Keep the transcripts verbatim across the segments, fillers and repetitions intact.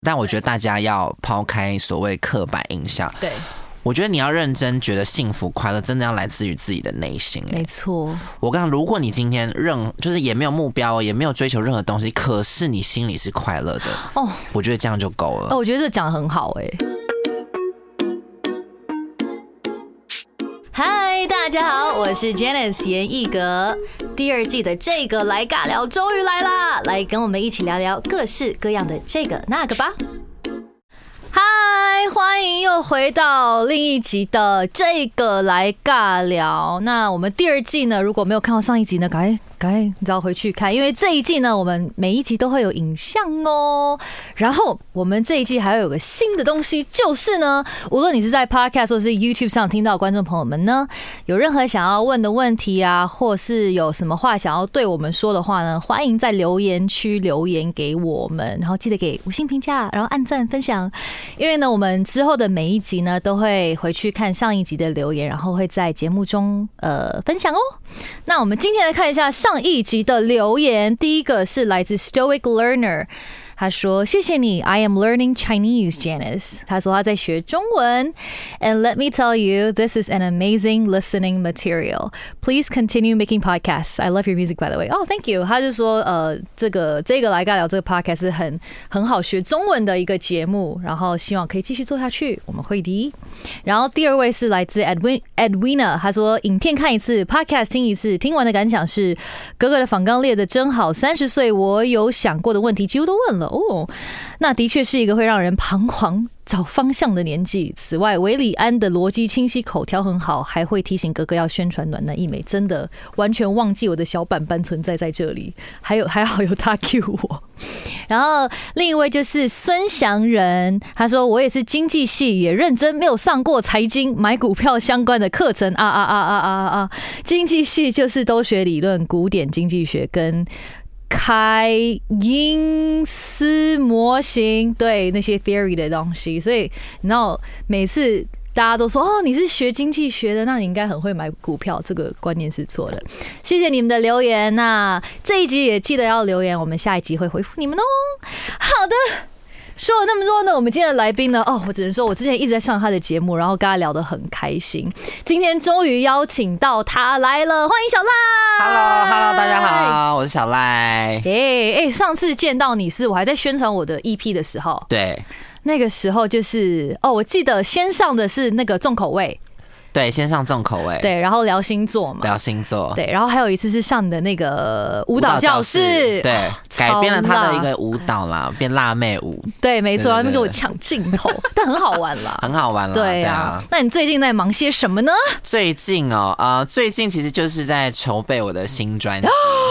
但我觉得大家要抛开所谓刻板印象， 对， 我觉得你要认真觉得幸福快乐真的要来自于自己的内心、欸、 没错。 我刚刚如果你今天任就是也没有目标也没有追求任何东西，可是你心里是快乐的哦，我觉得这样就够了。 哦，我觉得这讲得很好哎、欸。嗨，大家好，我是 Janice 严艺格。第二季的这个来尬聊终于来啦，来跟我们一起聊聊各式各样的这个那个吧。嗨，欢迎又回到另一集的这个来尬聊。那我们第二季呢，如果没有看到上一集呢，赶快赶快你知道回去看，因为这一季呢，我们每一集都会有影像哦。然后我们这一季还要有个新的东西，就是呢，无论你是在 Podcast 或是 YouTube 上听到的观众朋友们呢，有任何想要问的问题啊，或是有什么话想要对我们说的话呢，欢迎在留言区留言给我们，然后记得给五星评价，然后按赞分享。因为呢，我们之后的每一集呢，都会回去看上一集的留言，然后会在节目中呃分享哦。那我们今天来看一下上一集的留言，第一个是来自 Stoic Learner。他说：“谢谢你 ，I am learning Chinese, Janice。”他说他在学中文 ，and let me tell you, this is an amazing listening material. Please continue making podcasts. I love your music, by the way. Oh, thank you. 他就说，呃，这个这个来尬聊这个 podcast 是很很好学中文的一个节目，然后希望可以继续做下去，我们会的。然后第二位是来自 Edwin Edwina， 他说影片看一次 ，podcast 听一次，听完的感想是哥哥的访纲列的真好，三十岁我有想过的问题几乎都问了。哦，那的确是一个会让人彷徨找方向的年纪。此外，韦礼安的逻辑清晰，口条很好，还会提醒哥哥要宣传暖男一枚，真的完全忘记我的小板板存在在这里。还有还好有他 cue 我。然后另一位就是孙祥仁，他说我也是经济系，也认真没有上过财经买股票相关的课程啊啊啊啊啊啊！经济系就是都学理论，古典经济学跟开因斯模型，对那些 theory 的东西，所以你知道每次大家都说哦，你是学经济学的，那你应该很会买股票，这个观念是错的。谢谢你们的留言，那这一集也记得要留言，我们下一集会回复你们哦。好的。说了那么多呢，我们今天的来宾呢，哦，我只能说，我之前一直在上他的节目，然后跟他聊得很开心。今天终于邀请到他来了，欢迎小赖。 Hello Hello， 大家好，我是小赖。 哎哎、欸欸，上次见到你是我还在宣传我的 E P 的时候， 对， 那个时候就是哦，我记得先上的是那个重口味。 对，先上重口味， 对，然后聊星座嘛， 聊星座， 对，然后还有一次是上的那个舞蹈教室， 对，改编了他的一个舞蹈啦，变辣妹舞， 对，没错，他们给我抢镜头，但很好玩啦， 很好玩啦， 对啊。那你最近在忙些什么呢？ 最近哦，呃，最近其实就是在筹备我的新专辑，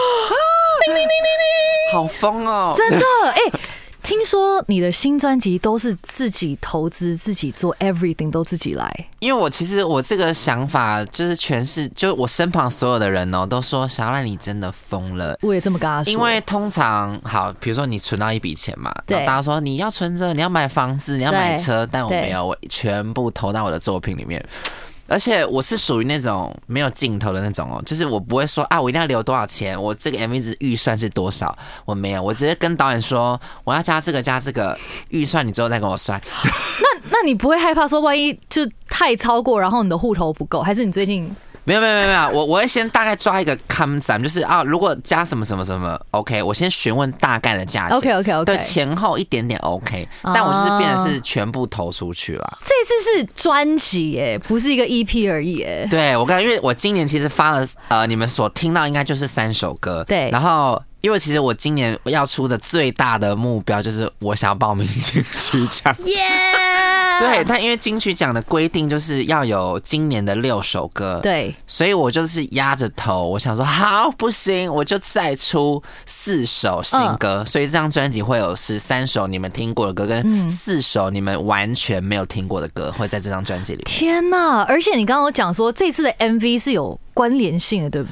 好疯哦， 真的，哎、欸。听说你的新专辑都是自己投资、自己做 everything 都自己来， 因为我其实我这个想法就是全是，就我身旁所有的人哦都说小赖你真的疯了， 我也这么跟他说。 因为通常好，比如说你存到一笔钱嘛，然后大家说你要存着，你要买房子，你要买车，但我没有，我全部投到我的作品里面。而且我是属于那种没有尽头的那种哦，就是我不会说啊，我一定要留多少钱，我这个 M V 值预算是多少，我没有，我直接跟导演说我要加这个加这个预算，你之后再跟我算。 那那你不会害怕说万一就太超过，然后你的户头不够，还是你最近？ 没有没有没有没有，我我会先大概抓一个 come down， 就是啊，如果加什么什么什么 OK， 我先询问大概的价钱 ，OK OK OK， 对，前后一点点 OK， 但我就是变成是全部投出去了。 这次是专辑耶，不是一个 E P 而已耶。 对，我刚因为我今年其实发了呃，你们所听到应该就是三首歌， 对， 然后。因为其实我今年要出的最大的目标就是我想要报名金曲奖， 耶！ 对，但因为金曲奖的规定就是要有今年的六首歌， 对， 所以我就是压着头，我想说好不行，我就再出四首新歌，嗯、所以这张专辑会有是三首你们听过的歌，跟四首你们完全没有听过的歌会在这张专辑里面。 天哪！而且你刚刚有讲说这次的 M V 是有关联性的，对不对？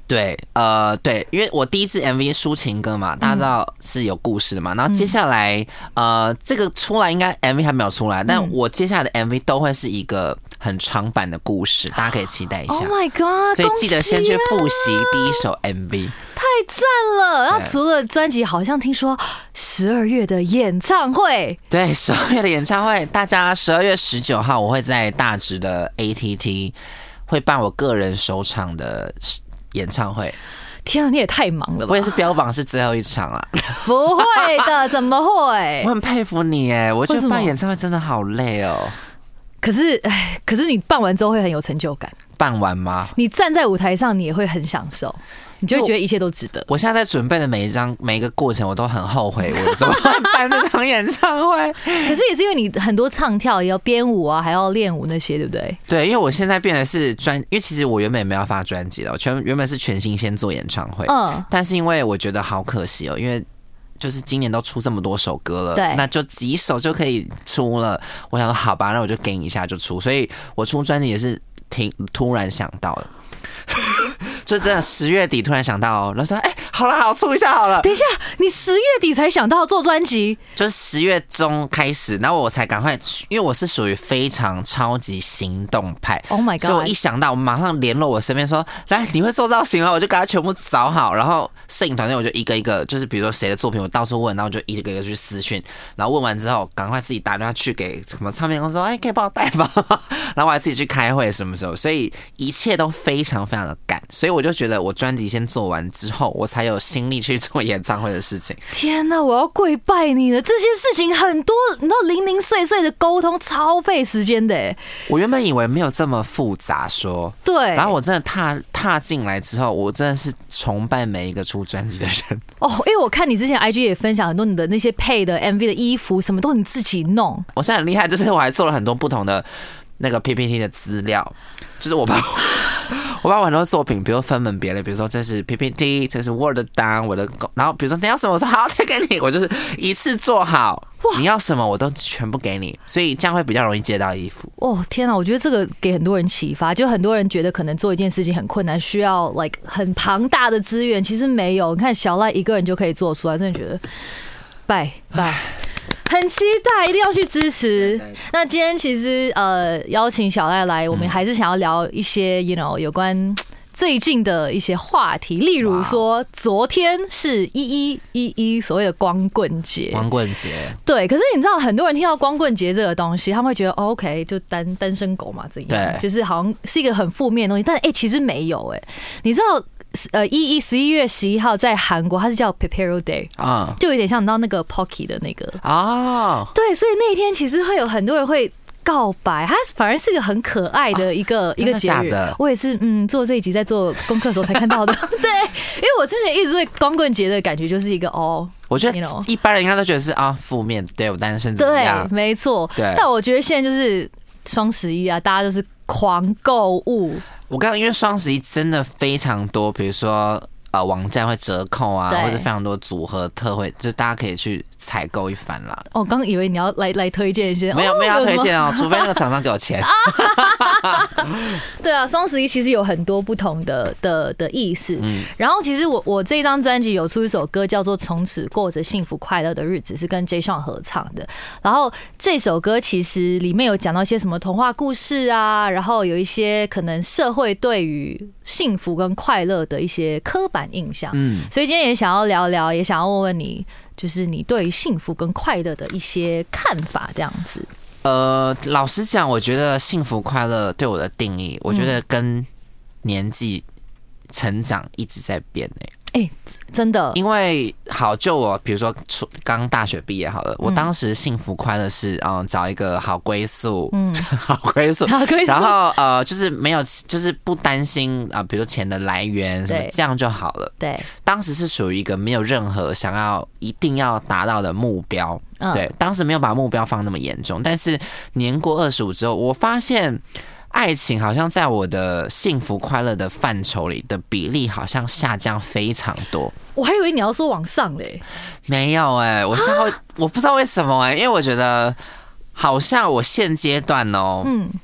对，呃，对，因为我第一支 M V 抒情歌嘛，大家知道是有故事的嘛，然后接下来，呃，这个出来应该 M V 还没有出来，但我接下来的 M V 都会是一个很长版的故事，大家可以期待一下。 Oh my god！ 所以记得先去复习第一首 M V。 太赞了！然后除了专辑，好像听说十二月的演唱会， 对，十二月的演唱会，大家十二月十九号我会在大直的 A T T 会办我个人首场的演唱会。 天啊，你也太忙了吧！ 我也是标榜是最后一场啊。 不会的，怎么会？ 我很佩服你哎，我觉得办演唱会真的好累哦。 可是，哎，可是你办完之后会很有成就感。 办完吗？ 你站在舞台上，你也会很享受。你就会觉得一切都值得。 我现在在准备的每一张每一个过程，我都很后悔我怎么会办这场演唱会。 可是也是因为你很多唱跳，也要编舞啊，还要练舞那些，对不对？ 对，因为我现在变的是专，因为其实我原本也没有发专辑了，我全原本是全新先做演唱会，嗯，但是因为我觉得好可惜哦，因为就是今年都出这么多首歌了， 对， 那就几首就可以出了。我想说好吧，那我就给你一下就出，所以我出专辑也是挺突然想到的。就真的十月底突然想到、哦，然后说：“哎、欸，好了，好出一下好了。” 等一下，你十月底才想到做专辑？ 就是十月中开始，然后我才赶快，因为我是属于非常超级行动派。 Oh my god！ 所以我一想到，我马上联络我身边说：“来，你会做造型哦？”我就给他全部找好，然后摄影团队我就一个一个，就是比如说谁的作品，我到处问，然后就一个一个去私讯，然后问完之后，赶快自己打电话去给什么唱片公司说：“哎、欸，可以帮我带吗？”然后我还自己去开会，什么时候？所以一切都非常非常的赶，所以我就觉得我专辑先做完之后，我才有心力去做演唱会的事情。 天哪，我要跪拜你了！这些事情很多，你知道零零碎碎的沟通超费时间的哎。 我原本以为没有这么复杂说， 对。 然后我真的踏踏进来之后，我真的是崇拜每一个出专辑的人。 哦，因为我看你之前 I G 也分享很多你的那些配的 M V 的衣服，什么都你自己弄。 我现在很厉害，就是我还做了很多不同的那个 P P T 的资料，就是我把我把我很多作品，比如分门别类，比如说这是 P P T， 这是 Word 档，我的，然后比如说你要什么，我说好，再给你，我就是一次做好，你要什么我都全部给你，所以这样会比较容易接到衣服。 哦天哪，我觉得这个给很多人启发，就很多人觉得可能做一件事情很困难，需要 like 很庞大的资源，其实没有，你看小赖一个人就可以做出来，真的觉得拜拜。很期待，一定要去支持。那今天其实呃邀请小赖来，我们还是想要聊一些 you know 有关最近的一些话题，例如说昨天是一一一一所谓的光棍节， 光棍节对。可是你知道很多人听到光棍节这个东西，他们会觉得、哦、OK 就单单身狗嘛，这样就是好像是一个很负面的东西，但哎、欸、其实没有哎、欸，你知道。呃，一一十一月十一号在韩国，它是叫 Pepero Day 啊，就有点像你知道那个 Pocky 的那个啊，对，所以那一天其实会有很多人会告白，它反而是个很可爱的一个、啊、一个节日。我也是嗯，做这一集在做功课的时候才看到的，对，因为我之前一直对光棍节的感觉就是一个哦， 我觉得一般人应该都觉得是啊负面，对我单身怎么样？ 对，没错， 对， 但我觉得现在就是双十一啊，大家就是狂购物。 我刚刚因为双十一真的非常多，比如说呃网站会折扣啊，或者非常多组合特惠，就大家可以去采购一番啦。 哦，刚刚以为你要来来推荐一些， 没有、哦、没有要推荐哦，除非那个厂商给我钱。 对啊，双十一其实有很多不同的的的意思。嗯，然后其实我我这张专辑有出一首歌叫做《从此过着幸福快乐的日子》，是跟 Jay Sean 合唱的。然后这首歌其实里面有讲到一些什么童话故事啊，然后有一些可能社会对于幸福跟快乐的一些刻板印象。嗯，所以今天也想要聊聊，也想要问问你，就是你对于幸福跟快乐的一些看法，这样子。 呃，老实讲，我觉得幸福快乐对我的定义，我觉得跟年纪成长一直在变诶、 欸。欸真的， 因为好，就我比如说刚大学毕业好了，我当时幸福快乐是嗯找一个好归宿，嗯，好归宿， 好归宿， 然后呃就是没有，就是不担心啊、呃，比如说钱的来源什么，这样就好了。 对，当时是属于一个没有任何想要一定要达到的目标，嗯、对，当时没有把目标放那么严重，但是年过二十五之后，我发现。爱情好像在我的幸福快乐的范畴里的比例好像下降非常多。 我还以为你要说往上嘞， 没有哎、欸，我是会我不知道为什么哎、欸，因为我觉得好像我现阶段哦、喔，嗯，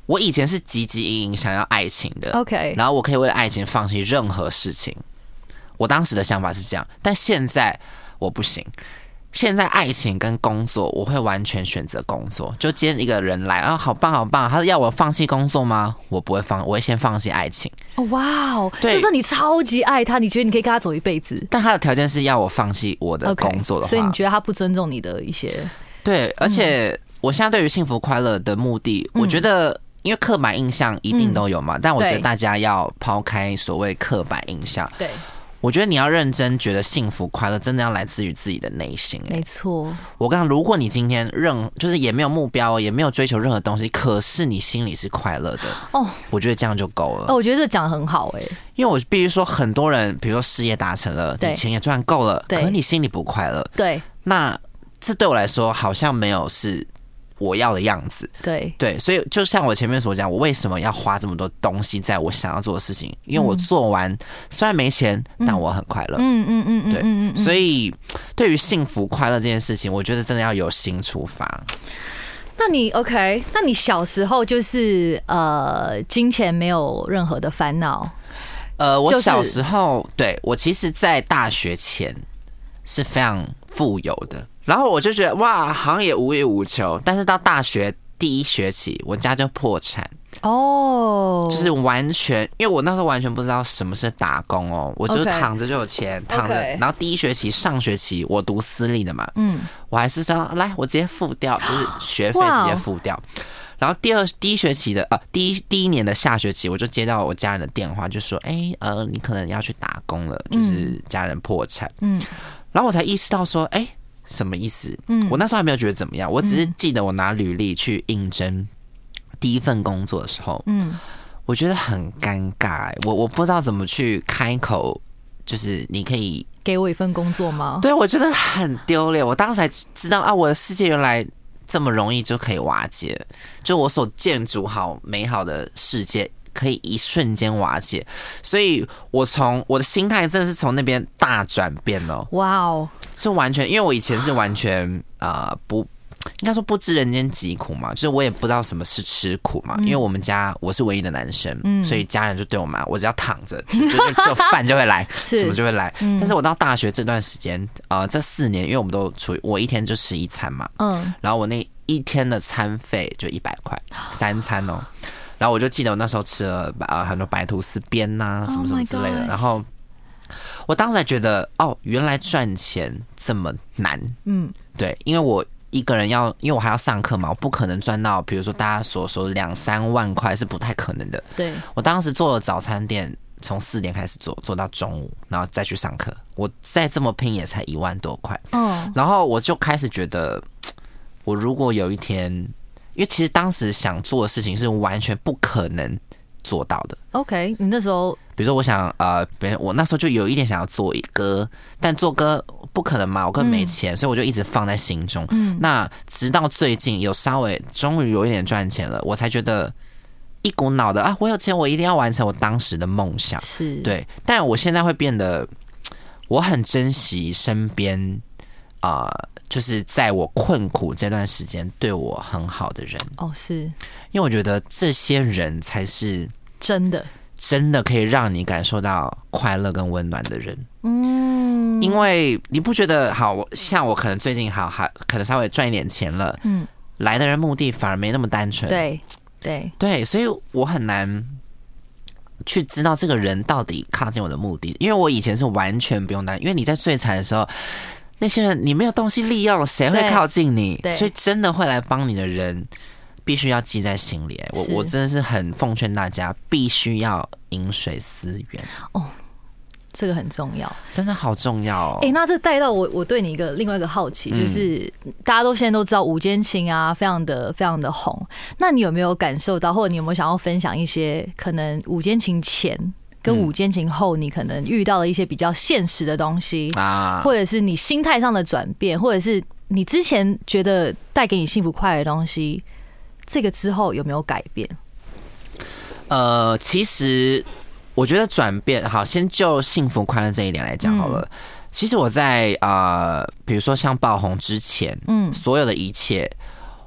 我以前是汲汲营营想要爱情的 ，OK， 然后我可以为了爱情放弃任何事情。我当时的想法是这样，但现在我不行。现在爱情跟工作，我会完全选择工作。就今天一个人来啊，好棒好棒，他要我放弃工作吗？我不会放，我会先放弃爱情。 哦，哇哦，就是说你超级爱他，你觉得你可以跟他走一辈子， 但他的条件是要我放弃我的工作的话， okay， 所以你觉得他不尊重你的一些？ 对，而且我现在对于幸福快乐的目的，嗯、我觉得。因为刻板印象一定都有嘛，嗯、但我觉得大家要抛开所谓刻板印象。 对， 我觉得你要认真觉得幸福快乐，真的要来自于自己的内心、欸。 没错， 我刚刚，如果你今天任就是也没有目标，也没有追求任何东西，可是你心里是快乐的，哦，我觉得这样就够了。 哦，我觉得这讲得很好哎、欸， 因为我必须说，很多人比如说事业达成了，你钱也赚够了，可是你心里不快乐， 对， 那这对我来说好像没有是。我要的样子， 对对，所以就像我前面所讲，我为什么要花这么多东西在我想要做的事情？因为我做完、嗯、虽然没钱，但我很快乐。 嗯嗯嗯嗯， 对，嗯嗯嗯，所以对于幸福快乐这件事情，我觉得真的要由心出发。 那你 OK？ 那你小时候就是呃，金钱没有任何的烦恼？ 呃，我小时候、就是、对我其实，在大学前是非常富有的。然后我就觉得哇，好像也无欲无求，但是到大学第一学期，我家就破产哦， oh. 就是完全，因为我那时候完全不知道什么是打工哦，我就是躺着就有钱， okay. 躺着。然后第一学期上学期我读私立的嘛，嗯，我还是说来，我直接付掉，就是学费直接付掉。Wow. 然后第二第一学期的呃第一第一年的下学期，我就接到我家人的电话，就说，哎、欸、呃，你可能要去打工了，就是家人破产，嗯，然后我才意识到说，哎、欸。什么意思？嗯，我那时候还没有觉得怎么样，我只是记得我拿履历去应征第一份工作的时候，嗯，我觉得很尴尬、欸，我我不知道怎么去开口，就是你可以给我一份工作吗？ 对，我觉得很丢脸。我当时才知道啊，我的世界原来这么容易就可以瓦解，就我所建筑好美好的世界。可以一瞬间瓦解，所以我从我的心态真的是从那边大转变了。 哇哦， 是完全，因为我以前是完全啊、呃、不，应该说不知人间疾苦嘛，就是我也不知道什么是吃苦嘛。嗯、因为我们家我是唯一的男生，嗯、所以家人就对我蛮，我只要躺着，就就就饭就会来，什么就会来。嗯、但是我到大学这段时间，呃，这四年，因为我们都处于我一天就吃一餐嘛，嗯，然后我那一天的餐费就一百块，三餐哦。然后我就记得我那时候吃了呃很多白吐司边呐、啊，什么什么之类的。Oh、然后我当时还觉得哦，原来赚钱这么难。嗯，对，因为我一个人要，因为我还要上课嘛，我不可能赚到，比如说大家所说的两三万块是不太可能的。 对， 我当时做了早餐店，从四点开始做，做到中午，然后再去上课。我再这么拼也才一万多块。嗯，然后我就开始觉得，我如果有一天。因为其实当时想做的事情是完全不可能做到的。 OK， 你那时候， 比如说我想呃，比如我那时候就有一点想要做歌，但做歌不可能嘛，我根本没钱，嗯、所以我就一直放在心中。嗯，那直到最近有稍微终于有一点赚钱了，我才觉得一股脑的啊，我有钱，我一定要完成我当时的梦想。 是， 对，但我现在会变得，我很珍惜身边啊。呃就是在我困苦这段时间对我很好的人哦，是因为我觉得这些人才是真的真的可以让你感受到快乐跟温暖的人。嗯，因为你不觉得好像我可能最近好还可能稍微赚一点钱了，嗯，来的人目的反而没那么单纯。 对对对，所以我很难去知道这个人到底靠近我的目的，因为我以前是完全不用担心，因为你在最惨的时候。那些人你没有东西利用，谁会靠近你？所以真的会来帮你的人，必须要记在心里。我我真的是很奉劝大家，必须要饮水思源。 哦，这个很重要， 真的好重要哦。 哎、欸，那这带到我，我对你一个另外一个好奇，就是、嗯、大家都现在都知道五间情啊，非常的非常的红。那你有没有感受到，或者你有没有想要分享一些可能五间情前？跟五间情后，你可能遇到了一些比较现实的东西，啊、或者是你心态上的转变，或者是你之前觉得带给你幸福快乐的东西，这个之后有没有改变？ 呃，其实我觉得转变，好，先就幸福快乐这一点来讲好了。嗯、其实我在呃，比如说像爆红之前，嗯，所有的一切，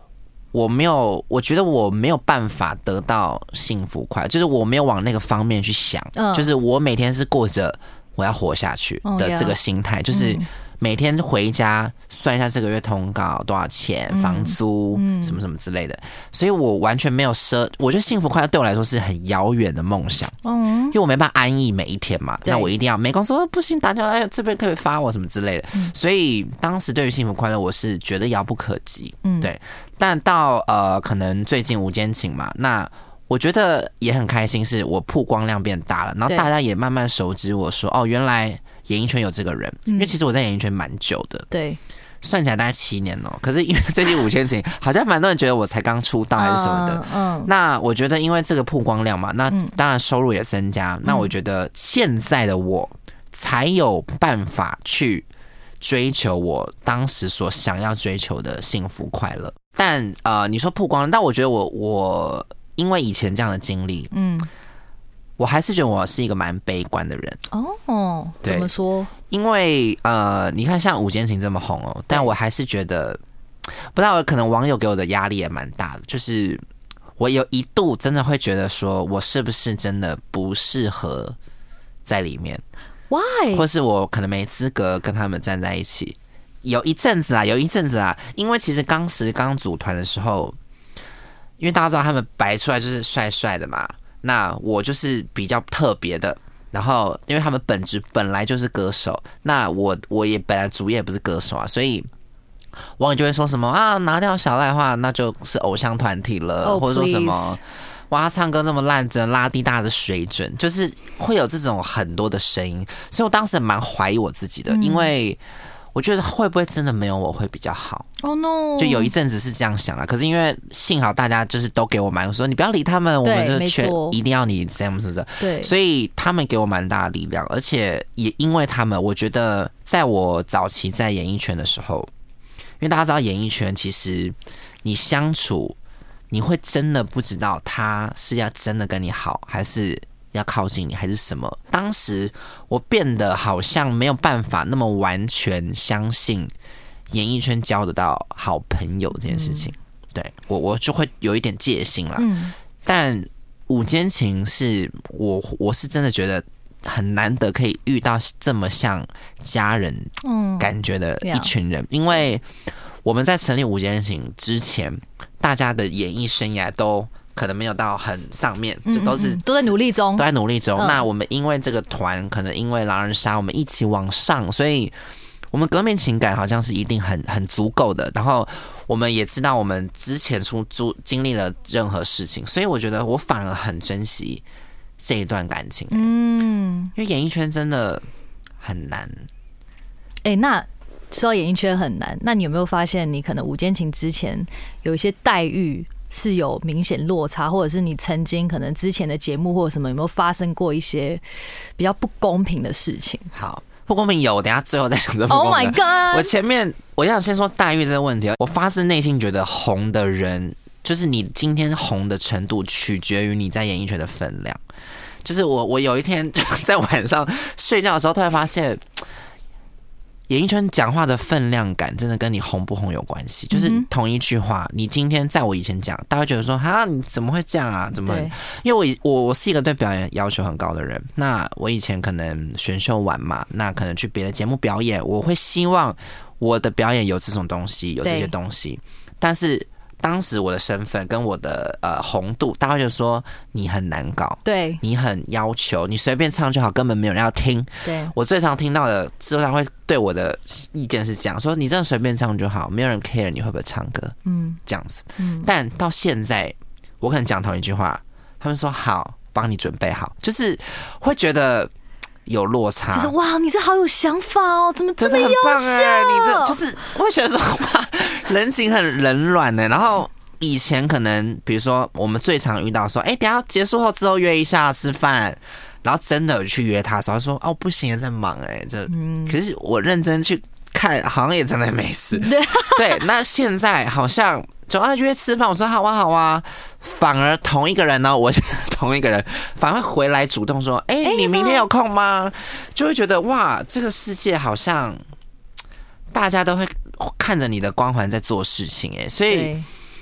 我没有，我觉得我没有办法得到幸福快乐，就是我没有往那个方面去想，嗯、就是我每天是过着我要活下去的这个心态，哦、就是每天回家算一下这个月通告多少钱、嗯、房租、嗯、什么什么之类的，所以我完全没有奢，我觉得幸福快乐对我来说是很遥远的梦想，嗯，因为我没办法安逸每一天嘛，那我一定要没公司说不行，打电话哎这边可以发我什么之类的，嗯、所以当时对于幸福快乐我是觉得遥不可及，嗯，对。但到呃，可能最近午间情嘛，那我觉得也很开心，是我曝光量变大了，然后大家也慢慢熟知我说，哦，原来演艺圈有这个人，嗯、因为其实我在演艺圈蛮久的， 对， 算起来大概七年了。可是因为最近午间情，好像蛮多人觉得我才刚出道还是什么的，嗯，嗯那我觉得因为这个曝光量嘛，那当然收入也增加，嗯、那我觉得现在的我才有办法去追求我当时所想要追求的幸福快乐。但呃，你说曝光，但我觉得我我因为以前这样的经历，嗯，我还是觉得我是一个蛮悲观的人。 哦，怎么说？ 因为呃，你看像午间情这么红哦，但我还是觉得，不知道可能网友给我的压力也蛮大的，就是我有一度真的会觉得说，我是不是真的不适合在里面 ？Why？ 或是我可能没资格跟他们站在一起。有一阵子啊，有一阵子啊，因为其实当时刚组团的时候，因为大家知道他们摆出来就是帅帅的嘛，那我就是比较特别的。然后，因为他们本质本来就是歌手，那我我也本来主业不是歌手啊，所以网友就会说什么啊，拿掉小赖的话，那就是偶像团体了， oh, 或者说什么哇，他唱歌这么烂，只能拉低大的水准，就是会有这种很多的声音，所以我当时蛮怀疑我自己的，嗯、因为。我觉得会不会真的没有我会比较好？哦、oh, no！ 就有一阵子是这样想啦，可是因为幸好大家就是都给我蛮说你不要理他们，我们就全一定要你这样，是不是？ 对， 所以他们给我蛮大的力量，而且也因为他们，我觉得在我早期在演艺圈的时候，因为大家知道演艺圈其实你相处，你会真的不知道他是要真的跟你好，还是。要靠近你还是什么？当时我变得好像没有办法那么完全相信演艺圈交得到好朋友这件事情，嗯、对我我就会有一点戒心啦。嗯、但午间情是我我是真的觉得很难得可以遇到这么像家人感觉的一群人，嗯、因为我们在成立午间情之前，大家的演艺生涯都。可能没有到很上面，就都是嗯嗯嗯都在努力中， 都在努力中。嗯、那我们因为这个团，可能因为狼人杀，我们一起往上，所以我们革命情感好像是一定很很足够的。然后我们也知道我们之前出经历了任何事情，所以我觉得我反而很珍惜这一段感情。嗯，因为演艺圈真的很难。 哎、欸，那说到演艺圈很难，那你有没有发现，你可能午间情之前有一些待遇？是有明显落差，或者是你曾经可能之前的节目或者什么有没有发生过一些比较不公平的事情？ 好，不公平有，我等一下最后再讲这不公平。 Oh my god！ 我前面我要先说待遇这个问题，我发自内心觉得红的人，就是你今天红的程度取决于你在演艺圈的分量。就是我我有一天在晚上睡觉的时候，突然发现。演艺圈讲话的分量感真的跟你红不红有关系，就是同一句话，你今天在我以前讲，大家会觉得说哈你怎么会这样啊？怎么？因为我我我是一个对表演要求很高的人，那我以前可能选秀完嘛，那可能去别的节目表演，我会希望我的表演有这种东西，有这些东西，但是。当时我的身份跟我的呃红度，大家就说你很难搞， 对， 你很要求，你随便唱就好，根本没有人要听。 对，我最常听到的，之后他会对我的意见是讲说，你真的随便唱就好，没有人 care 你会不会唱歌，嗯，这样子。嗯，但到现在，我可能讲同一句话，他们说好，帮你准备好，就是会觉得。有落差， 就是哇，你这好有想法哦，怎么这么优秀？ 欸、你这就是我会觉得说哇，人情很冷软呢。然后以前可能比如说我们最常遇到说，哎、欸，等一下结束后之后约一下吃饭，然后真的有去约他的时候，他说哦不行，在忙哎、欸，这、嗯、可是我认真去看，好像也真的没事。对对，那现在好像。就啊约吃饭，我说好啊好啊，反而同一个人呢，我同一个人反而会回来主动说，哎、欸，你明天有空吗？就会觉得哇，这个世界好像大家都会看着你的光环在做事情，哎，所以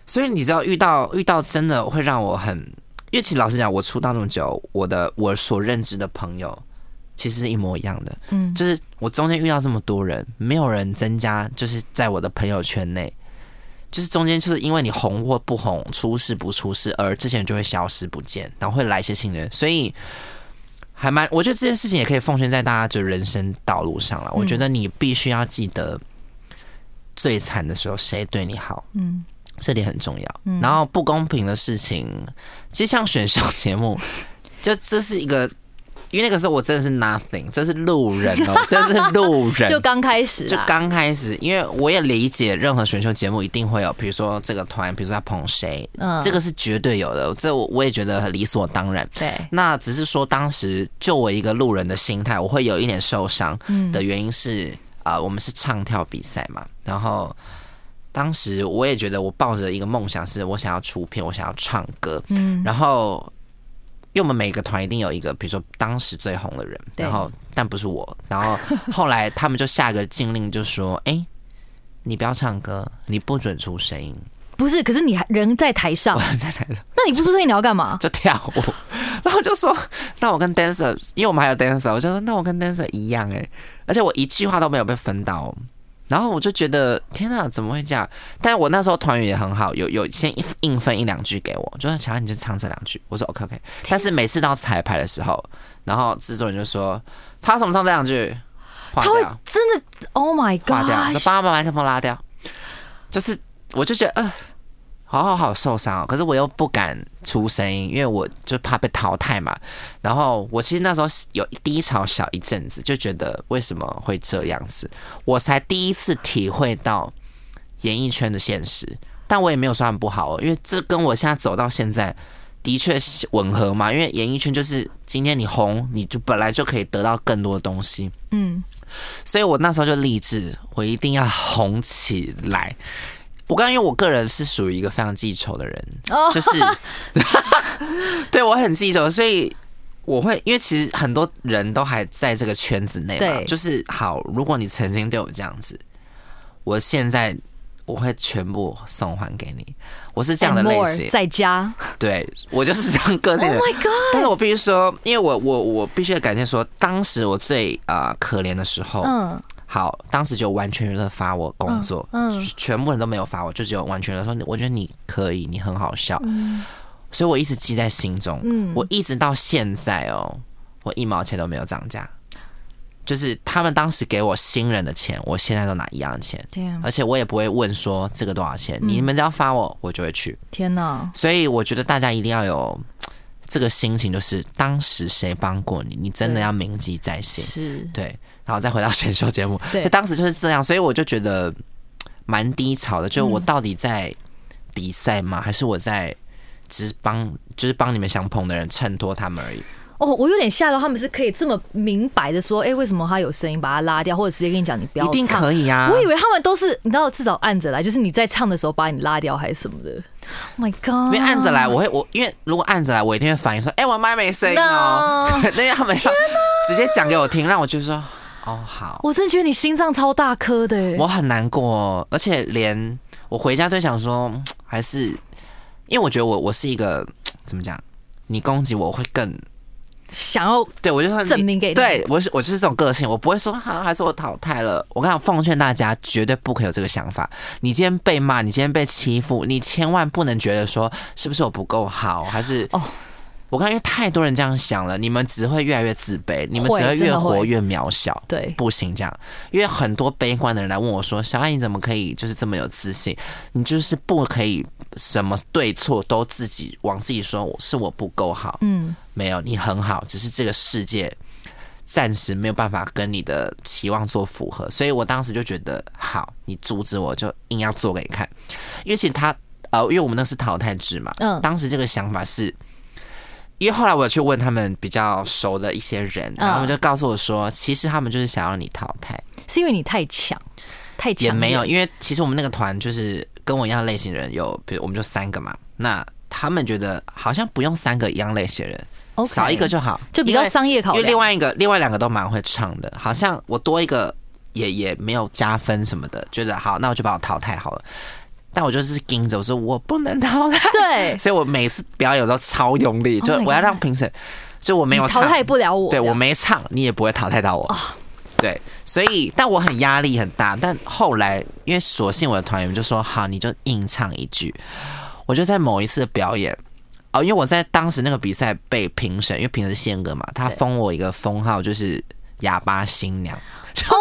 所以你知道遇到遇到真的会让我很，因为其实老实讲，我出道那么久，我的我所认知的朋友其实是一模一样的，嗯，就是我中间遇到这么多人，没有人增加，就是在我的朋友圈内，就是中间就是因为你红或不红，出事不出事，而这些人就会消失不见，然后会来一些新人，所以还蛮，我觉得这件事情也可以奉献在大家就人生道路上了。我觉得你必须要记得，最惨的时候谁对你好，嗯。这点很重要，嗯、然后不公平的事情，其实像选秀节目，就这是一个，因为那个时候我真的是 nothing， 这是路人哦，真的是路人， 就刚开始， 就刚开始，因为我也理解任何选秀节目一定会有，比如说这个团，比如说他捧谁，嗯，这个是绝对有的，这我也觉得很理所当然。 对， 那只是说当时就我一个路人的心态，我会有一点受伤的原因是，啊、嗯呃，我们是唱跳比赛嘛，然后。当时我也觉得我抱着一个梦想，是我想要出片，我想要唱歌。嗯，然后因为我们每个团一定有一个，比如说当时最红的人，然后但不是我。然后后来他们就下个禁令，就说：“哎、欸，你不要唱歌，你不准出声音。” 不是，可是你还人在台上， 我人在台上， 那你不出声音你要干嘛？ 就跳舞。然后就说：“那我跟 dancer， 因为我们还有 dancer， 我就说那我跟 dancer 一样哎、欸，而且我一句话都没有被分到。”然后我就觉得天哪，怎么会这样？但是我那时候团员也很好，有有先硬分一两句给我，就说乔安你就唱这两句，我说 OK OK。但是每次到彩排的时候，然后制作人就说他怎么唱这两句，划掉， 他会真的 Oh my God， 划掉，说帮他把麦克风拉掉，就是我就觉得呃。好好好受伤哦，可是我又不敢出声音，因为我就怕被淘汰嘛。然后我其实那时候有低潮小一阵子，就觉得为什么会这样子，我才第一次体会到演艺圈的现实。但我也没有说他们不好哦，因为这跟我现在走到现在的确吻合嘛。因为演艺圈就是今天你红，你就本来就可以得到更多的东西。嗯，所以我那时候就立志，我一定要红起来。我刚刚因为我个人是属于一个非常记仇的人，哦、就是对我很记仇，所以我会因为其实很多人都还在这个圈子内嘛，就是好，如果你曾经对我这样子，我现在我会全部送还给你，我是这样的类型， 在家， 对我就是这样个性的人。 Oh my God！ 但是我必须说，因为我我我必须要感谢说，当时我最啊、呃、可怜的时候，嗯。好，当时就完全娱乐发我工作，嗯嗯、全部人都没有发我，就只有完全娱乐说，我觉得你可以，你很好笑，嗯、所以我一直记在心中。嗯、我一直到现在哦，我一毛钱都没有涨价，就是他们当时给我新人的钱，我现在都拿一样的钱，而且我也不会问说这个多少钱，嗯、你们只要发我，我就会去。 天哪！所以我觉得大家一定要有这个心情，就是当时谁帮过你，你真的要铭记在心。 是， 对。然后再回到选秀节目，就当时就是这样，所以我就觉得蛮低潮的。就我到底在比赛吗？还是我在只是帮，就是帮你们相碰的人衬托他们而已？ 哦，我有点吓到，他们是可以这么明白的说，哎、欸，为什么他有声音把他拉掉，或者直接跟你讲你不要唱， 一定可以啊！ 我以为他们都是你知道至少按着来，就是你在唱的时候把你拉掉还是什么的。Oh my God！ 因为按着来，我会我因为如果按着来，我一定会反应说，哎、欸，我麦没声音哦， no! 因为他们要直接讲给我听，让我就说。哦，好， 我真的觉得你心脏超大颗的， 我很难过、哦，而且连我回家都想说，还是因为我觉得我我是一个怎么讲，你攻击我会更想要对我就说证明给你， 对我是我就是这种个性，我不会说哈、啊、还是我淘汰了。我跟你讲，奉劝大家绝对不可以有这个想法。你今天被骂，你今天被欺负，你千万不能觉得说是不是我不够好，还是哦。我看，因为太多人这样想了，你们只会越来越自卑，你们只会越活越渺小。对，不行这样，因为很多悲观的人来问我说：“小艾，你怎么可以就是这么有自信？你就是不可以什么对错都自己往自己说，是我不够好。”嗯，没有，你很好，只是这个世界暂时没有办法跟你的期望做符合，所以我当时就觉得，好，你阻止我就硬要做给你看，因为其实他呃，因为我们那是淘汰制嘛，嗯，当时这个想法是。因为后来我有去问他们比较熟的一些人，然后他们就告诉我说，其实他们就是想要你淘汰， 是因为你太强，太强也没有，因为其实我们那个团就是跟我一样类型的人有，比如我们就三个嘛，那他们觉得好像不用三个一样类型的人， okay, 少一个就好， 就比较商业考量。 因为另外一个另外两个都蛮会唱的，好像我多一个也也没有加分什么的，觉得好，那我就把我淘汰好了。 但我就是盯着我说我不能淘汰， 对， 所以我每次表演都超用力， oh、就我要让评审，就我没有唱淘汰不了我， 对我没唱，你也不会淘汰到我。Oh. 对，所以但我很压力很大，但后来因为索性我的团员就说好，你就硬唱一句。我就在某一次的表演，哦，因为我在当时那个比赛被评审，因为评审是宪哥嘛，他封我一个封号就是哑巴新娘。 哦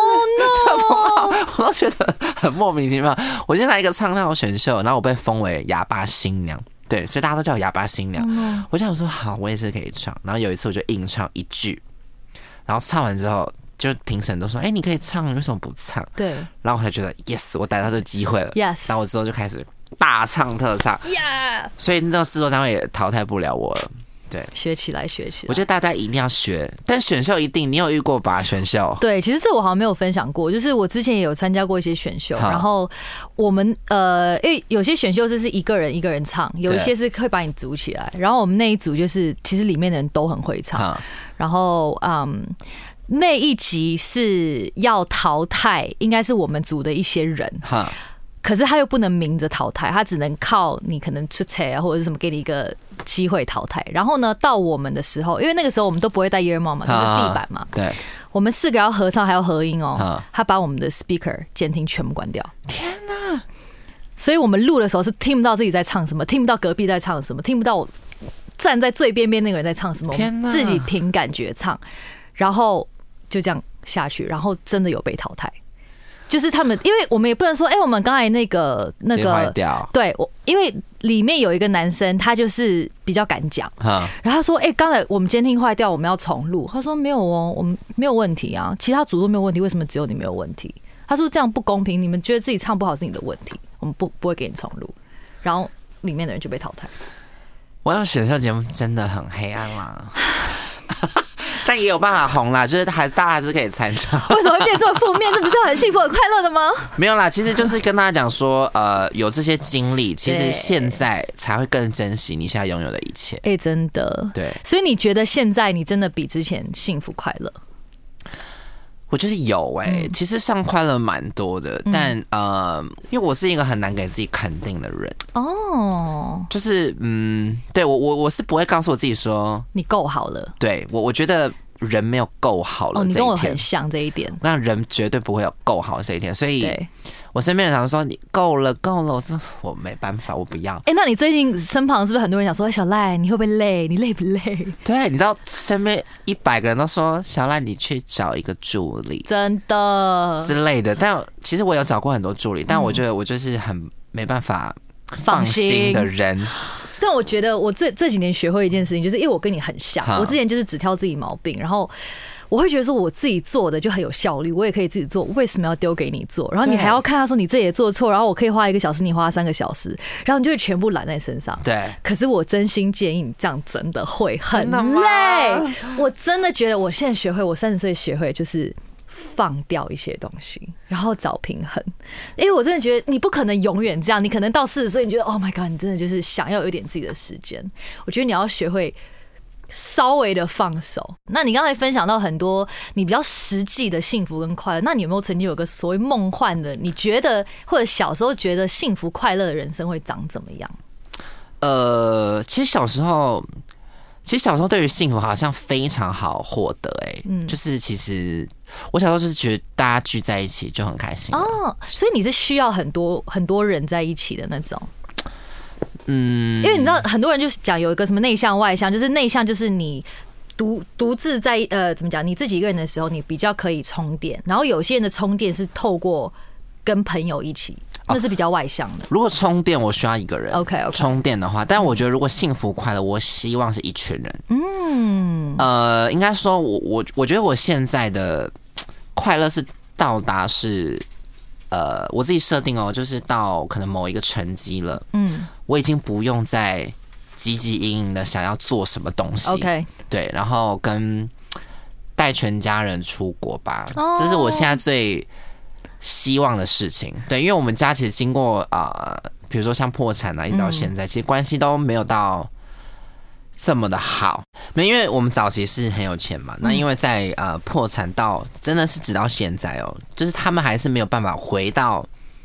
no！ 我都觉得很莫名其妙。我先来一个唱跳选秀，然后我被封为哑巴新娘，对，所以大家都叫我哑巴新娘。Oh、我就想说好，我也是可以唱。然后有一次我就硬唱一句，然后唱完之后。就评审都说：“哎、欸，你可以唱，你为什么不唱？”对，然后我才觉得 yes， 我逮到这个机会了。yes， 然后我之后就开始大唱特唱。yeah， 所以那个制作单位也淘汰不了我了。对， 学起来，学起来。 我觉得大家一定要学，但选秀一定，你有遇过吧？选秀？ 对，其实这我好像没有分享过，就是我之前也有参加过一些选秀，然后我们呃，因为有些选秀就是一个人一个人唱，有一些是会把你组起来，然后我们那一组就是其实里面的人都很会唱，然后嗯。那一集是要淘汰，应该是我们组的一些人，可是他又不能明着淘汰，他只能靠你可能出彩啊或者是什么给你一个机会淘汰。然后呢，到我们的时候，因为那个时候我们都不会戴 ear mod 嘛，就是地板嘛，对，我们四个要合唱还要合音哦，他把我们的 speaker 监听全部关掉。 天哪！ 所以我们录的时候是听不到自己在唱什么，听不到隔壁在唱什么，听不到我站在最边边那个人在唱什么， 天哪！ 自己凭感觉唱，然后。就这样下去，然后真的有被淘汰，就是他们，因为我们也不能说，哎、欸，我们刚才那个那个，对我，因为里面有一个男生，他就是比较敢讲，然后他说，哎、欸，刚才我们监听坏掉，我们要重录，他说没有哦，我们没有问题啊，其他组都没有问题，为什么只有你没有问题？他说这样不公平，你们觉得自己唱不好是你的问题，我们不不会给你重录，然后里面的人就被淘汰。 我要选秀节目真的很黑暗啦。但也有办法红啦，就是还大家还是可以参加。 为什么会变这么负面？这不是很幸福、很快乐的吗？ 没有啦，其实就是跟大家讲说，呃，有这些经历，其实现在才会更珍惜你现在拥有的一切。 哎、欸，真的。 对， 所以你觉得现在你真的比之前幸福快乐？ 我就是有哎、欸，嗯、其实上快乐蛮多的，嗯、但呃，因为我是一个很难给自己肯定的人哦，就是嗯，对我我我是不会告诉我自己说你够好了， 对我我觉得人没有够好了， 哦，你跟我很像这一点， 那人绝对不会有够好的这一天，所以我身边人常说你够了够了，我说我没办法，我不要。 哎、欸，那你最近身旁是不是很多人想说小赖你会不会累？你累不累？ 对，你知道身边一百个人都说小赖你去找一个助理， 真的之类的。但其实我有找过很多助理，但我觉得我就是很没办法放心的人。 但我觉得我这这几年学会一件事情，就是因为我跟你很像，我之前就是只挑自己毛病，然后我会觉得说我自己做的就很有效率，我也可以自己做，为什么要丢给你做？然后你还要看他说你这也做错，然后我可以花一个小时，你花三个小时，然后你就会全部揽在身上。对。可是我真心建议你这样真的会很累。我真的觉得我现在学会，我三十岁学会就是放掉一些东西，然后找平衡。因为我真的觉得你不可能永远这样，你可能到四十岁，你觉得 Oh my God， 你真的就是想要有一点自己的时间。我觉得你要学会稍微的放手。那你刚才分享到很多你比较实际的幸福跟快乐，那你有没有曾经有个所谓梦幻的，你觉得或者小时候觉得幸福快乐的人生会长怎么样？ 呃，其实小时候，其实小时候对于幸福好像非常好获得、欸，哎、嗯，就是其实我小时候就是觉得大家聚在一起就很开心哦， 所以你是需要很多很多人在一起的那种。 嗯， 因为你知道很多人就是讲有一个什么内向外向，就是内向就是你独独自在呃怎么讲你自己一个人的时候，你比较可以充电，然后有些人的充电是透过跟朋友一起，那是比较外向的。 如果充电，我需要一个人 ，OK OK， 充电的话，但我觉得如果幸福快乐，我希望是一群人。嗯，呃，应该说我我我觉得我现在的快乐是到达是。呃，我自己设定哦，就是到可能某一个成绩了，嗯，我已经不用再汲汲营营的想要做什么东西 ，OK， 对，然后跟带全家人出国吧，哦、这是我现在最希望的事情，对，因为我们家其实经过呃，比如说像破产啊，一直到现在，嗯、其实关系都没有到这么的好，没，因为我们早期是很有钱嘛，那因为在呃破产到真的是直到现在哦，就是他们还是没有办法回到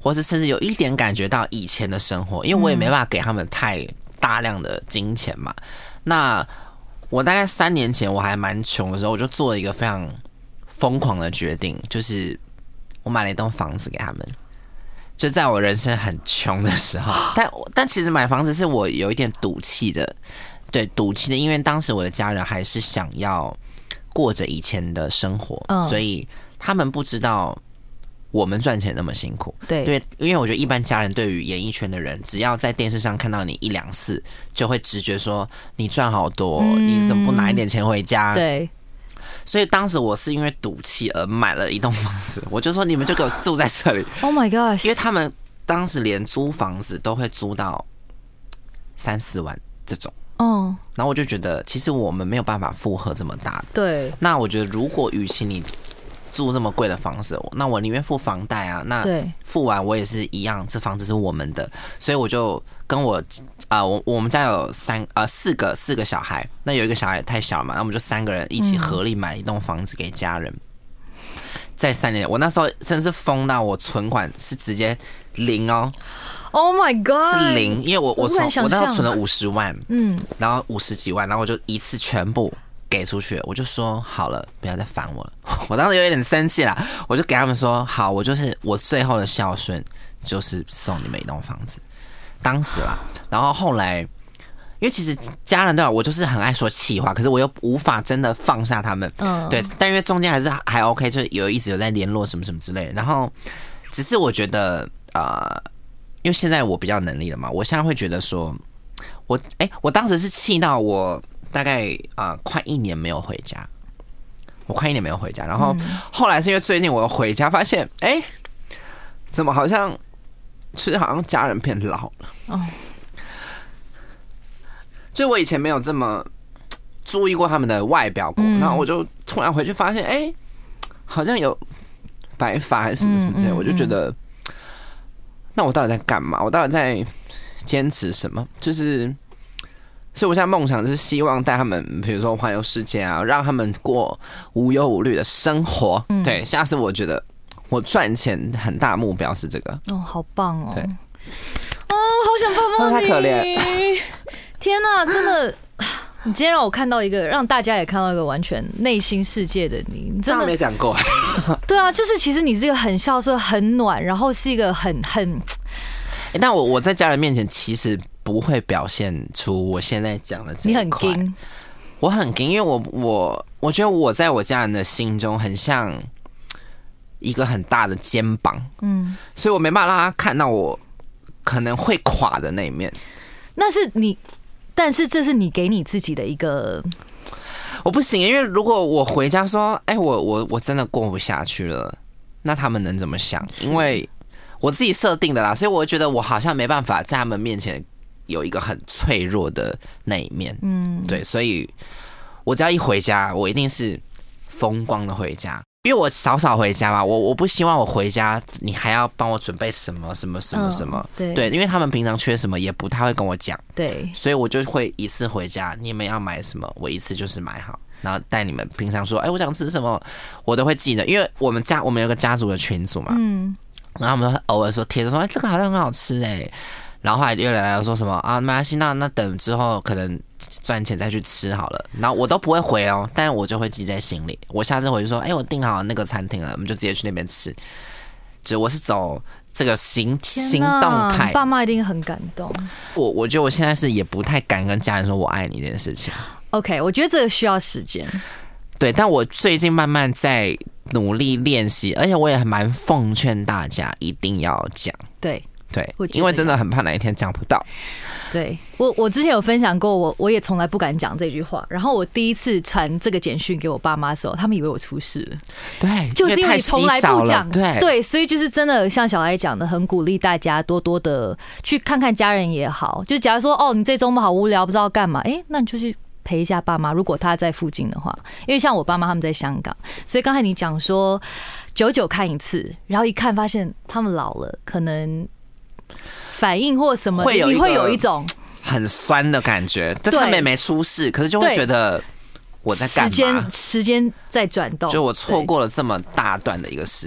或是甚至有一点感觉到以前的生活，因为我也没办法给他们太大量的金钱嘛。那我大概三年前我还蛮穷的时候，我就做了一个非常疯狂的决定，就是我买了一栋房子给他们。就在我人生很穷的时候，但但其实买房子是我有一点赌气的，对，赌气的，因为当时我的家人还是想要过着以前的生活，嗯、所以他们不知道我们赚钱那么辛苦。 对， 对，因为我觉得一般家人对于演艺圈的人，只要在电视上看到你一两次，就会直觉说你赚好多，嗯、你怎么不拿一点钱回家？ 对。 所以当时我是因为赌气而买了一栋房子，我就说你们就给我住在这里。 Oh my gosh！ 因为他们当时连租房子都会租到三四万这种，哦，然后我就觉得其实我们没有办法负荷这么大的。 对， 那我觉得如果与其你住这么贵的房子，那我宁愿付房贷啊。那付完我也是一样，这房子是我们的，所以我就跟我啊、呃，我我们家有三呃四个四个小孩，那有一个小孩太小了嘛，那我们就三个人一起合力买一栋房子给家人。嗯、在三年，我那时候真的是疯到我存款是直接零哦。 Oh my god！ 是零，因为我我从我那时候存了五十万，嗯，然后五十几万，然后我就一次全部给出去，我就说好了，不要再烦我了。我当时有点生气啦，我就给他们说好，我就是我最后的孝顺，就是送你们一栋房子。当时啦，然后后来，因为其实家人对我，我就是很爱说气话，可是我又无法真的放下他们，嗯，对，但因为中间还是还 OK， 就有一直有在联络什么什么之类的。然后，只是我觉得，呃，因为现在我比较能力了嘛，我现在会觉得说，我哎、欸，我当时是气到我。大概啊、呃，快一年没有回家，我快一年没有回家。然后后来是因为最近我回家，发现哎、欸，怎么好像其实好像家人变老了。哦，就我以前没有这么注意过他们的外表过，然后我就突然回去发现，哎、欸，好像有白发还是什么什么之类的，我就觉得，那我到底在干嘛？我到底在坚持什么？就是。所以，我现在梦想就是希望带他们，比如说环游世界啊，让他们过无忧无虑的生活。嗯、对，下次我觉得我赚钱很大目标是这个。 哦，好棒哦！ 对， 哦，好想抱抱你。 太可怜！ 天哪、啊，真的，你今天让我看到一个，让大家也看到一个完全内心世界的你。你真的没讲过。 对啊，就是其实你是一个很孝顺、很暖，然后是一个很很。 欸、但我我在家人面前其实不会表现出我现在讲的这一块。 你很硬， 我很硬，因为我我我觉得我在我家人的心中很像一个很大的肩膀，嗯，所以我没办法让他看到我可能会垮的那一面。 那是你，但是这是你给你自己的一个。 我不行，因为如果我回家说，哎、欸，我我我真的过不下去了，那他们能怎么想？因为我自己设定的啦，所以我觉得我好像没办法在他们面前有一个很脆弱的那一面。嗯，对，所以我只要一回家，我一定是风光的回家，因为我少少回家嘛，我我不希望我回家你还要帮我准备什么什么什么什么。嗯、对, 对，因为他们平常缺什么也不太会跟我讲。 对， 所以我就会一次回家，你们要买什么，我一次就是买好。然后带你们平常说，哎、欸，我想吃什么，我都会记得，因为我们家我们有个家族的群组嘛。嗯。然后我们偶尔说贴着说，哎、欸，这个好像很好吃哎、欸。然后后来又来了说什么啊，没关系，那那等之后可能赚钱再去吃好了。然后我都不会回哦，但我就会记在心里。我下次回去说，哎、欸，我订好那个餐厅了，我们就直接去那边吃。就我是走这个行行动派， 爸妈一定很感动。 我我觉得我现在是也不太敢跟家人说我爱你这件事情。 OK， 我觉得这个需要时间。 对，但我最近慢慢在努力练习，而且我也蛮奉劝大家一定要讲。 对对，因为真的很怕哪一天讲不到。 对，我我之前有分享过，我我也从来不敢讲这句话。然后我第一次传这个简讯给我爸妈的时候，他们以为我出事了。 对， 就是因为你从来不讲。 对对，所以就是真的像小孩讲的，很鼓励大家多多的去看看家人也好。就假如说哦，你这周末好无聊，不知道干嘛，哎、欸，那你就去陪一下爸妈，如果他在附近的话，因为像我爸妈他们在香港，所以刚才你讲说久久看一次，然后一看发现他们老了，可能反应或什么，你会有一种很酸的感觉。但他们也没出事，可是就会觉得我在干嘛？ 时间时间在转动， 就我错过了这么大段的一个时间。嗯，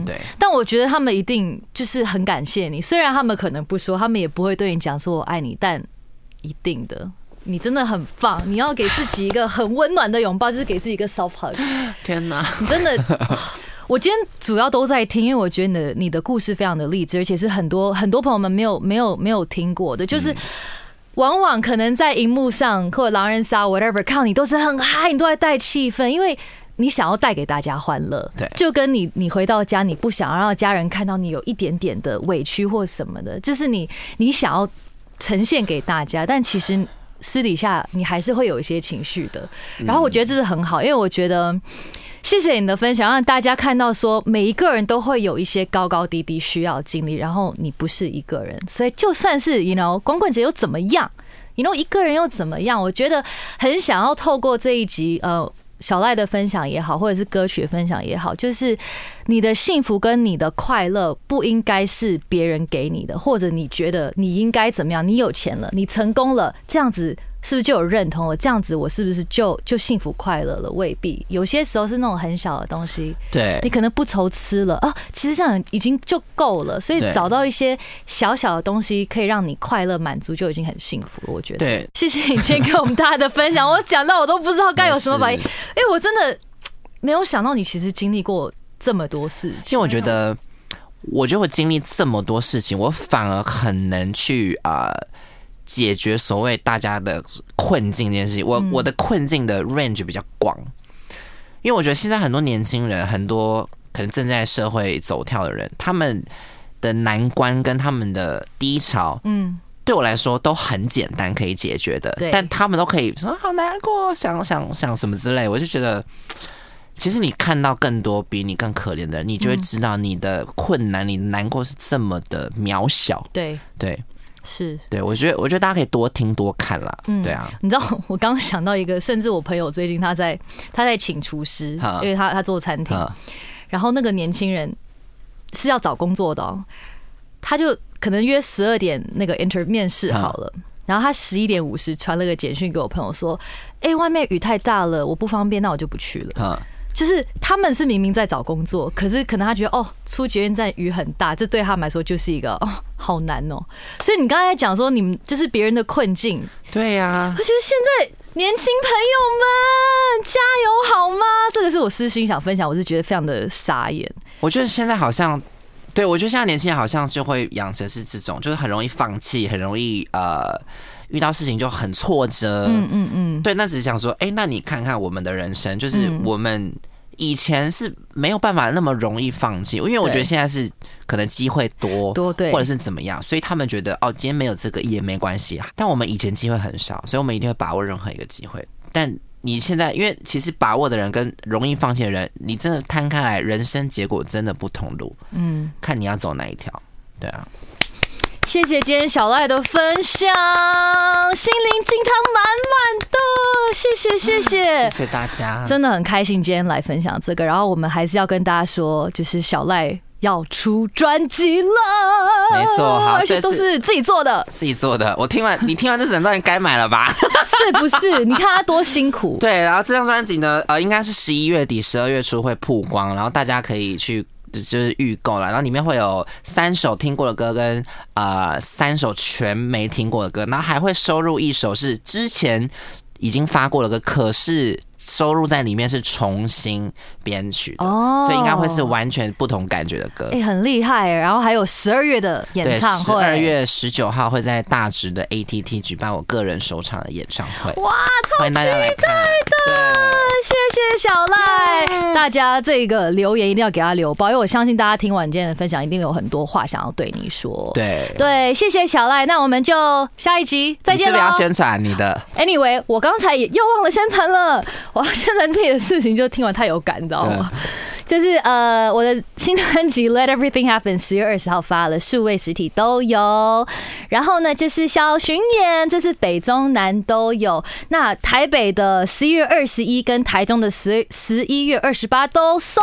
对。 但我觉得他们一定就是很感谢你，虽然他们可能不说，他们也不会对你讲说我爱你，但一定的。你真的很棒，你要给自己一个很温暖的拥抱，就是给自己一个 soft hug。 天哪， 你真的，我今天主要都在听，因为我觉得你的你的故事非常的励志，而且是很多很多朋友们没有没有没有听过的，就是往往可能在荧幕上或者狼人杀 whatever 看到你都是很嗨，你都在带气氛，因为你想要带给大家欢乐， 对， 就跟你你回到家，你不想要让家人看到你有一点点的委屈或什么的，就是你你想要呈现给大家，但其实私底下你还是会有一些情绪的。然后我觉得这是很好，因为我觉得谢谢你的分享，让大家看到说每一个人都会有一些高高低低需要经历，然后你不是一个人，所以就算是 you know 光棍节又怎么样， you know 一个人又怎么样，我觉得很想要透过这一集呃小赖的分享也好，或者是歌曲的分享也好，就是你的幸福跟你的快乐不应该是别人给你的，或者你觉得你应该怎么样，你有钱了，你成功了，这样子是不是就有认同了？这样子我是不是就就幸福快乐了？未必，有些时候是那种很小的东西， 对， 你可能不愁吃了啊，其实这样已经就够了。所以找到一些小小的东西可以让你快乐满足，就已经很幸福了。我觉得， 对， 谢谢你今天跟我们大家的分享，我讲到我都不知道该有什么反应，因为我真的没有想到你其实经历过这么多事情。 因为我觉得，我觉得我经历这么多事情，我反而很能去啊。呃解决所谓大家的困境这件事情，我我的困境的 range 比较广，因为我觉得现在很多年轻人，很多可能正在社会走跳的人，他们的难关跟他们的低潮，嗯，对我来说都很简单可以解决的，但他们都可以说好难过，想想想什么之类，我就觉得。其实你看到更多比你更可怜的人，你就会知道你的困难、你的难过是这么的渺小。 对对。 是， 对，我觉得，我觉得大家可以多听多看啦。嗯，对啊。 你知道，我刚刚想到一个，甚至我朋友最近他在他在请厨师，因为他他做餐厅，然后那个年轻人是要找工作的哦，他就可能约十二点那个 inter 面试好了，然后他十一点五十传了个简讯给我朋友说：“哎、欸，外面雨太大了，我不方便，那我就不去了。”就是他们是明明在找工作，可是可能他觉得哦，出捷运站雨很大，这对他们来说就是一个哦，好难哦。所以你刚才讲说你们就是别人的困境， 对呀、啊， 我觉得现在年轻朋友们加油好吗？这个是我私心想分享，我是觉得非常的傻眼。 我觉得现在好像，对我觉得现在年轻人好像就会养成是这种，就是很容易放弃，很容易呃。遇到事情就很挫折，嗯嗯嗯，对，那只是想说，哎、欸，那你看看我们的人生，就是我们以前是没有办法那么容易放弃，因为我觉得现在是可能机会多，多对，或者是怎么样，所以他们觉得哦，今天没有这个也没关系，但我们以前机会很少，所以我们一定会把握任何一个机会。但你现在，因为其实把握的人跟容易放弃的人，你真的摊开来，人生结果真的不同路，嗯，看你要走哪一条，对啊。 谢谢今天小赖的分享，心灵鸡汤满满的，谢谢谢谢， 谢谢大家， 真的很开心今天来分享这个。然后我们还是要跟大家说，就是小赖要出专辑了， 没错，好， 而且都是自己做的， 自己做的。我听完，你听完这整段该买了吧？ 是不是？你看他多辛苦。 对，然后这张专辑呢，呃，应该是十一月底、十二月初会曝光，然后大家可以去。就是预购了，然后里面会有三首听过的歌跟呃三首全没听过的歌，然后还会收录一首是之前已经发过的歌，可是收录在里面是重新编曲的，哦，所以应该会是完全不同感觉的歌。 哎、欸，很厉害。然后还有十二月的演唱会， 十二月十九号会在大直的 A T T 举办我个人首场的演唱会， 哇，超期待的！谢谢小赖，大家这个留言一定要给他留爆，因为我相信大家听完今天的分享，一定有很多话想要对你说。 对对，谢谢小赖，那我们就下一集再见喽。 你是不是要宣传你的 ？Anyway， 我刚才也又忘了宣传了，我要宣传自己的事情，就听完太有感，你知道吗？就是呃，我的新专辑《Let Everything Happen》十月二十号发了，数位实体都有。然后呢，就是小巡演，这是北中南都有。那台北的十一月二十一跟台中的十十一月二十八都 sold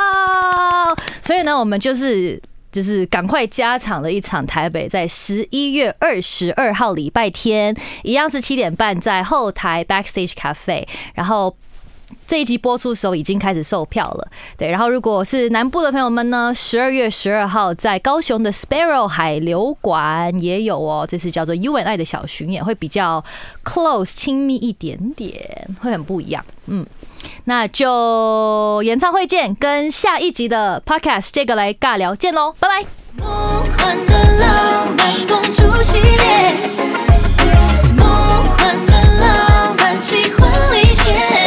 out。所以呢，我们就是就是赶快加场了一场台北，在十一月二十二号礼拜天，一样是七点半在后台 Backstage Cafe， 然后。 这一集播出的时候已经开始售票了，对。然后如果是南部的朋友们呢，十二月十二号在高雄的 Sparrow 海流馆也有哦，这次叫做 You and I 的小巡演，会比较 close 亲密一点点，会很不一样。嗯，那就演唱会见，跟下一集的 Podcast 这个来尬聊见喽，拜拜。梦幻的浪漫公主系列，梦幻的浪漫结婚礼线。